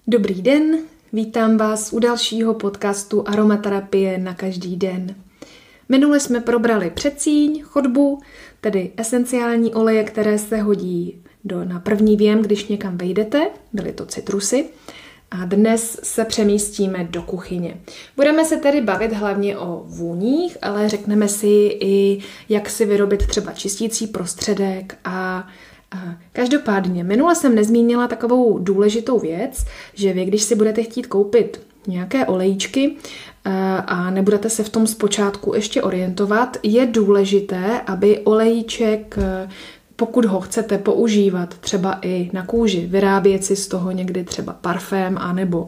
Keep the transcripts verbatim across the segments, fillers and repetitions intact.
Dobrý den, vítám vás u dalšího podcastu Aromaterapie na každý den. Minule jsme probrali předsíň, chodbu, tedy esenciální oleje, které se hodí do, na první věm, když někam vejdete, byly to citrusy. A dnes se přemístíme do kuchyně. Budeme se tedy bavit hlavně o vůních, ale řekneme si i, jak si vyrobit třeba čistící prostředek a A každopádně, minule jsem nezmínila takovou důležitou věc, že vy, když si budete chtít koupit nějaké olejčky a nebudete se v tom zpočátku ještě orientovat, je důležité, aby olejček, pokud ho chcete používat třeba i na kůži, vyrábět si z toho někdy třeba parfém anebo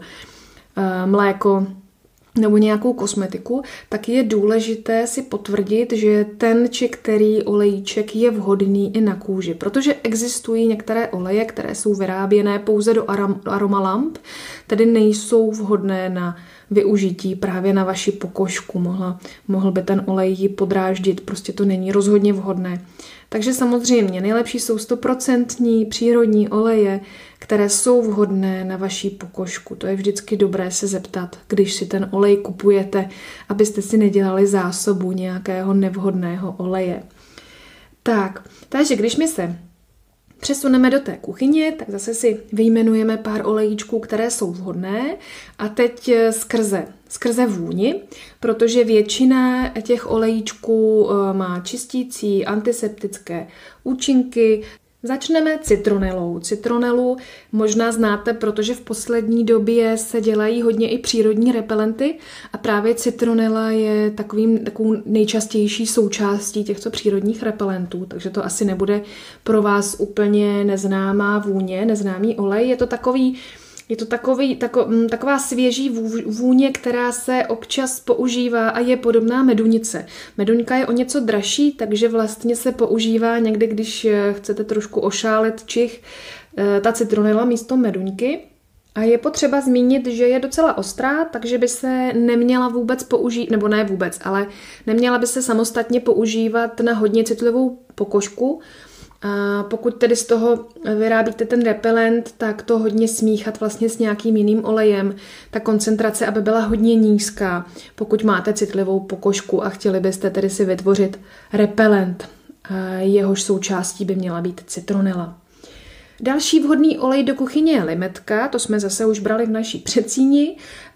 mléko, nebo nějakou kosmetiku, tak je důležité si potvrdit, že ten či který olejček je vhodný i na kůži, protože existují některé oleje, které jsou vyráběné pouze do arom- aromalamp, tedy nejsou vhodné na využití právě na vaši pokožku. Mohla, mohl by ten olej ji podráždit, prostě to není rozhodně vhodné. Takže samozřejmě nejlepší jsou stoprocentní přírodní oleje, které jsou vhodné na vaši pokožku. To je vždycky dobré se zeptat, když si ten olej kupujete, abyste si nedělali zásobu nějakého nevhodného oleje. Tak, takže když my se přesuneme do té kuchyně, tak zase si vyjmenujeme pár olejíčků, které jsou vhodné a teď skrze, skrze vůni, protože většina těch olejíčků má čistící, antiseptické účinky. Začneme citronelou. Citronelu možná znáte, protože v poslední době se dělají hodně i přírodní repelenty a právě citronela je takovým, takovou nejčastější součástí těchto přírodních repelentů, takže to asi nebude pro vás úplně neznámá vůně, neznámý olej. Je to takový Je to takový, tako, taková svěží vůně, která se občas používá a je podobná medunice. Meduňka je o něco dražší, takže vlastně se používá někdy, když chcete trošku ošálit čich, ta citronela místo meduňky. A je potřeba zmínit, že je docela ostrá, takže by se neměla vůbec použít, nebo ne vůbec, ale neměla by se samostatně používat na hodně citlivou pokožku. A pokud tedy z toho vyrábíte ten repelent, tak to hodně smíchat vlastně s nějakým jiným olejem. Ta koncentrace, aby byla hodně nízká, pokud máte citlivou pokožku a chtěli byste tedy si vytvořit repelent. Jehož součástí by měla být citronela. Další vhodný olej do kuchyně je limetka, to jsme zase už brali v naší předsíni.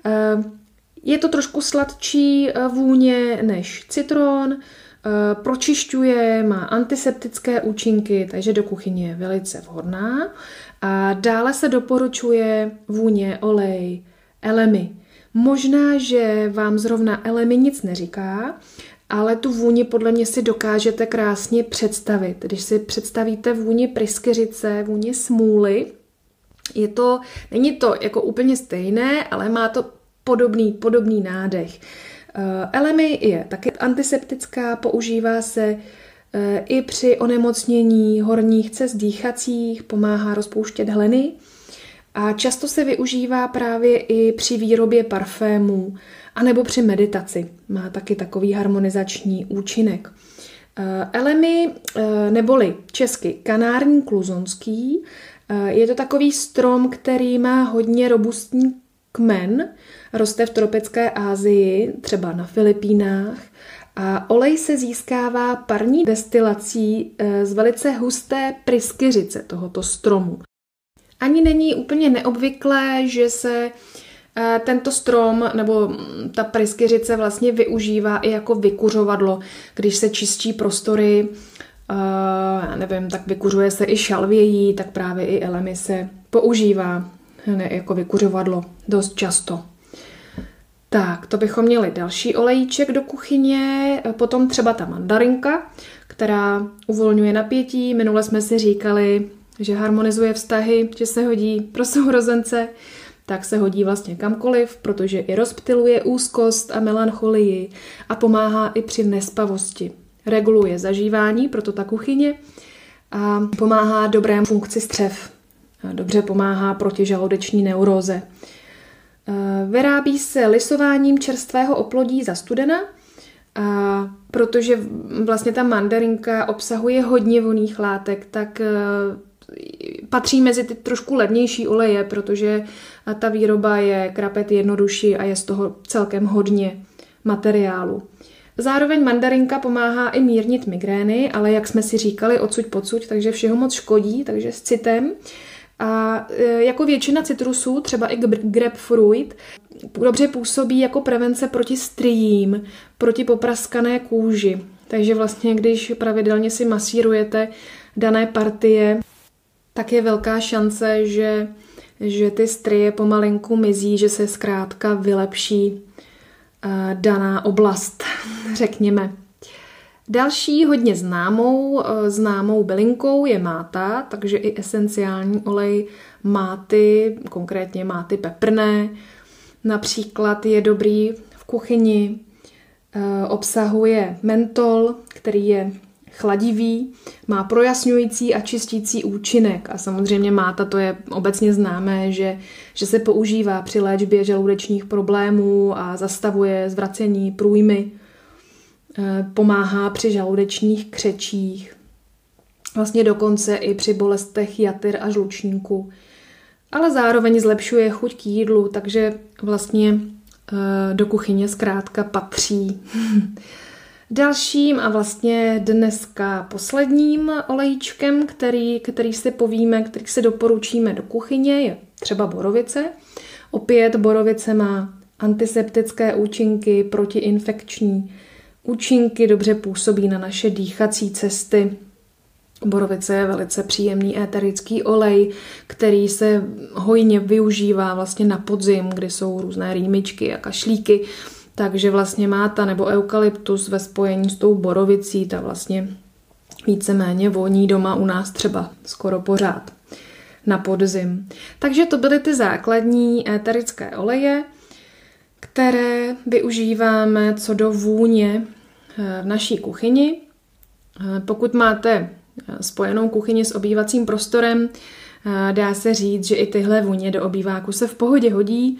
Je to trošku sladčí vůně než citron, pročišťuje, má antiseptické účinky, takže do kuchyně je velice vhodná. A dále se doporučuje vůně olej elemi. Možná, že vám zrovna elemi nic neříká, ale tu vůni podle mě si dokážete krásně představit. Když si představíte vůni pryskyřice, vůni smůly, je to, není to jako úplně stejné, ale má to podobný, podobný nádech. Elemi je taky antiseptická, používá se i při onemocnění horních cest dýchacích, pomáhá rozpouštět hleny a často se využívá právě i při výrobě parfémů anebo při meditaci. Má taky takový harmonizační účinek. Elemi, neboli česky kanární kluzonský, je to takový strom, který má hodně robustní kmen, roste v tropické Asii, třeba na Filipínách a olej se získává parní destilací z velice husté pryskyřice tohoto stromu. Ani není úplně neobvyklé, že se tento strom nebo ta pryskyřice vlastně využívá i jako vykuřovadlo, když se čistí prostory, já nevím, tak vykuřuje se i šalvějí, tak právě i elemi se používá ne, jako vykuřovadlo dost často. Tak, to bychom měli další olejček do kuchyně, potom třeba ta mandarinka, která uvolňuje napětí. Minule jsme si říkali, že harmonizuje vztahy, že se hodí pro sourozence, tak se hodí vlastně kamkoliv, protože i rozptyluje úzkost a melancholii a pomáhá i při nespavosti. Reguluje zažívání, proto ta kuchyně, a pomáhá dobrému funkci střev. Dobře pomáhá proti žaludeční neuróze. Vyrábí se lisováním čerstvého oplodí za studena, a protože vlastně ta mandarinka obsahuje hodně vonných látek, tak patří mezi ty trošku levnější oleje, protože ta výroba je krapet jednodušší a je z toho celkem hodně materiálu. Zároveň mandarinka pomáhá i mírnit migrény, ale jak jsme si říkali, odsuť pocud, takže všeho moc škodí, takže s citem. A jako většina citrusů, třeba i grapefruit, dobře působí jako prevence proti stryjím, proti popraskané kůži. Takže vlastně, když pravidelně si masírujete dané partie, tak je velká šance, že, že ty stryje pomalinku mizí, že se zkrátka vylepší daná oblast, řekněme. Další hodně známou, známou bylinkou je máta, takže i esenciální olej máty, konkrétně máty peprné, například je dobrý v kuchyni, obsahuje mentol, který je chladivý, má projasňující a čistící účinek a samozřejmě máta, to je obecně známé, že, že se používá při léčbě žaludečních problémů a zastavuje zvracení průjmy, pomáhá při žaludečních křečích, vlastně dokonce i při bolestech jater a žlučníku, ale zároveň zlepšuje chuť k jídlu, takže vlastně do kuchyně zkrátka patří. Dalším a vlastně dneska posledním olejčkem, který, který si povíme, který si doporučíme do kuchyně, je třeba borovice. Opět borovice má antiseptické účinky, protiinfekční účinky, dobře působí na naše dýchací cesty. Borovice je velice příjemný éterický olej, který se hojně využívá vlastně na podzim, kdy jsou různé rýmičky a kašlíky. Takže vlastně máta nebo eukalyptus ve spojení s tou borovicí, ta vlastně víceméně voní doma u nás třeba skoro pořád na podzim. Takže to byly ty základní éterické oleje, které využíváme co do vůně v naší kuchyni. Pokud máte spojenou kuchyni s obývacím prostorem, dá se říct, že i tyhle vůně do obýváku se v pohodě hodí,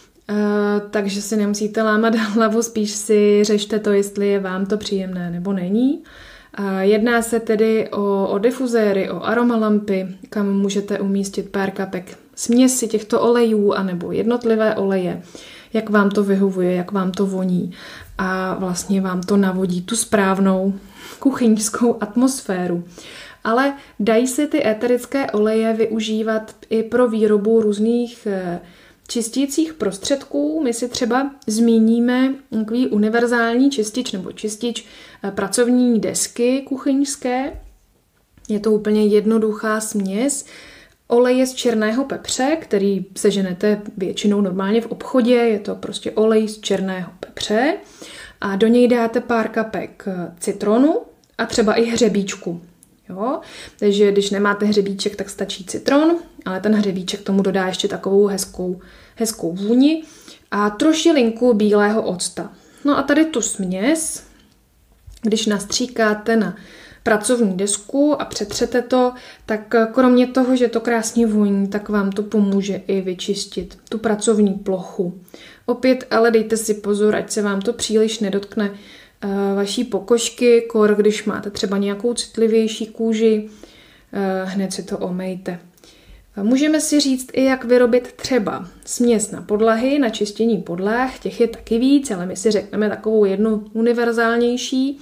takže si nemusíte lámat hlavu, spíš si řešte to, jestli je vám to příjemné nebo není. Jedná se tedy o, o difuzéry, o aromalampy, kam můžete umístit pár kapek směsi těchto olejů anebo jednotlivé oleje, jak vám to vyhovuje, jak vám to voní a vlastně vám to navodí tu správnou kuchyňskou atmosféru. Ale dají se ty éterické oleje využívat i pro výrobu různých čistících prostředků. My si třeba zmíníme takový univerzální čistič nebo čistič pracovní desky kuchyňské. Je to úplně jednoduchá směs oleje z černého pepře, který seženete většinou normálně v obchodě. Je to prostě olej z černého pepře a do něj dáte pár kapek citronu a třeba i hřebíčku. Jo? Takže když nemáte hřebíček, tak stačí citron, ale ten hřebíček tomu dodá ještě takovou hezkou, hezkou vůni a trošilinku bílého octa. No a tady tu směs, když nastříkáte na pracovní desku a přetřete to, tak kromě toho, že to krásně voní, tak vám to pomůže i vyčistit tu pracovní plochu. Opět ale dejte si pozor, ať se vám to příliš nedotkne vaší pokožky, kor, když máte třeba nějakou citlivější kůži, hned si to omejte. Můžeme si říct i, jak vyrobit třeba směs na podlahy, na čištění podlah, těch je taky víc, ale my si řekneme takovou jednu univerzálnější.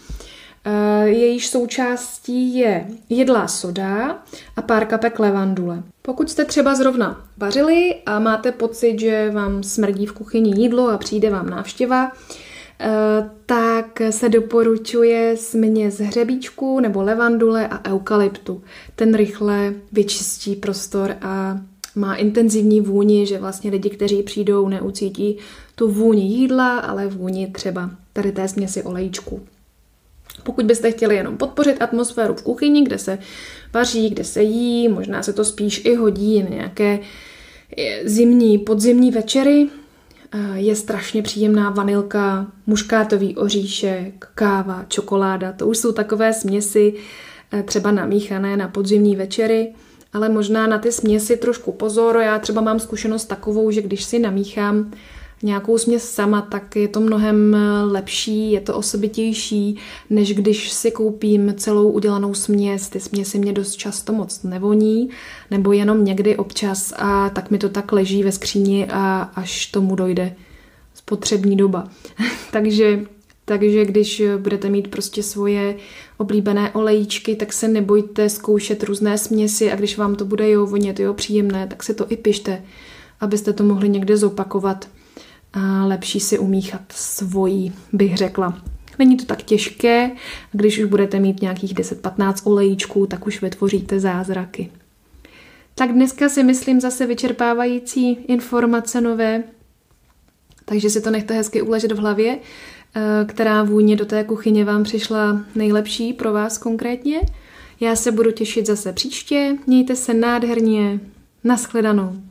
Jejíž součástí je jedlá soda a pár kapek levandule. Pokud jste třeba zrovna vařili a máte pocit, že vám smrdí v kuchyni jídlo a přijde vám návštěva, tak se doporučuje směs hřebíčku nebo levandule a eukalyptu. Ten rychle vyčistí prostor a má intenzivní vůni, že vlastně lidi, kteří přijdou, neucítí tu vůni jídla, ale vůni třeba tady té směsi olejčku. Pokud byste chtěli jenom podpořit atmosféru v kuchyni, kde se vaří, kde se jí, možná se to spíš i hodí na nějaké zimní, podzimní večery, je strašně příjemná vanilka, muškátový oříšek, káva, čokoláda. To už jsou takové směsi třeba namíchané na podzimní večery, ale možná na ty směsi trošku pozor. Já třeba mám zkušenost takovou, že když si namíchám nějakou směs sama, tak je to mnohem lepší, je to osobitější, než když si koupím celou udělanou směs. Ty směsi mě dost často moc nevoní, nebo jenom někdy občas a tak mi to tak leží ve skříni a až tomu dojde spotřební doba. takže, takže když budete mít prostě svoje oblíbené olejíčky, tak se nebojte zkoušet různé směsi a když vám to bude jo vonět, jo příjemné, tak si to i pište, abyste to mohli někde zopakovat a lepší si umíchat svojí, bych řekla. Není to tak těžké, když už budete mít nějakých deset patnáct olejíčků, tak už vytvoříte zázraky. Tak dneska si myslím zase vyčerpávající informace nové, takže si to nechte hezky uležet v hlavě, která vůně do té kuchyně vám přišla nejlepší pro vás konkrétně. Já se budu těšit zase příště, mějte se nádherně, nashledanou.